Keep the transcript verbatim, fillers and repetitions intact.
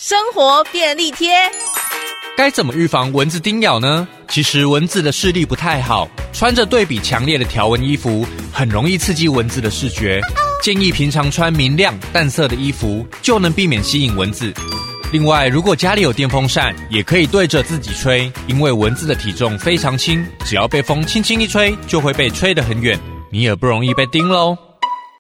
生活便利贴。 该怎么预防蚊子叮咬呢？其实蚊子的视力不太好，穿着对比强烈的条纹衣服，很容易刺激蚊子的视觉。建议平常穿明亮淡色的衣服，就能避免吸引蚊子。另外，如果家里有电风扇，也可以对着自己吹，因为蚊子的体重非常轻，只要被风轻轻一吹，就会被吹得很远，你也不容易被叮咯。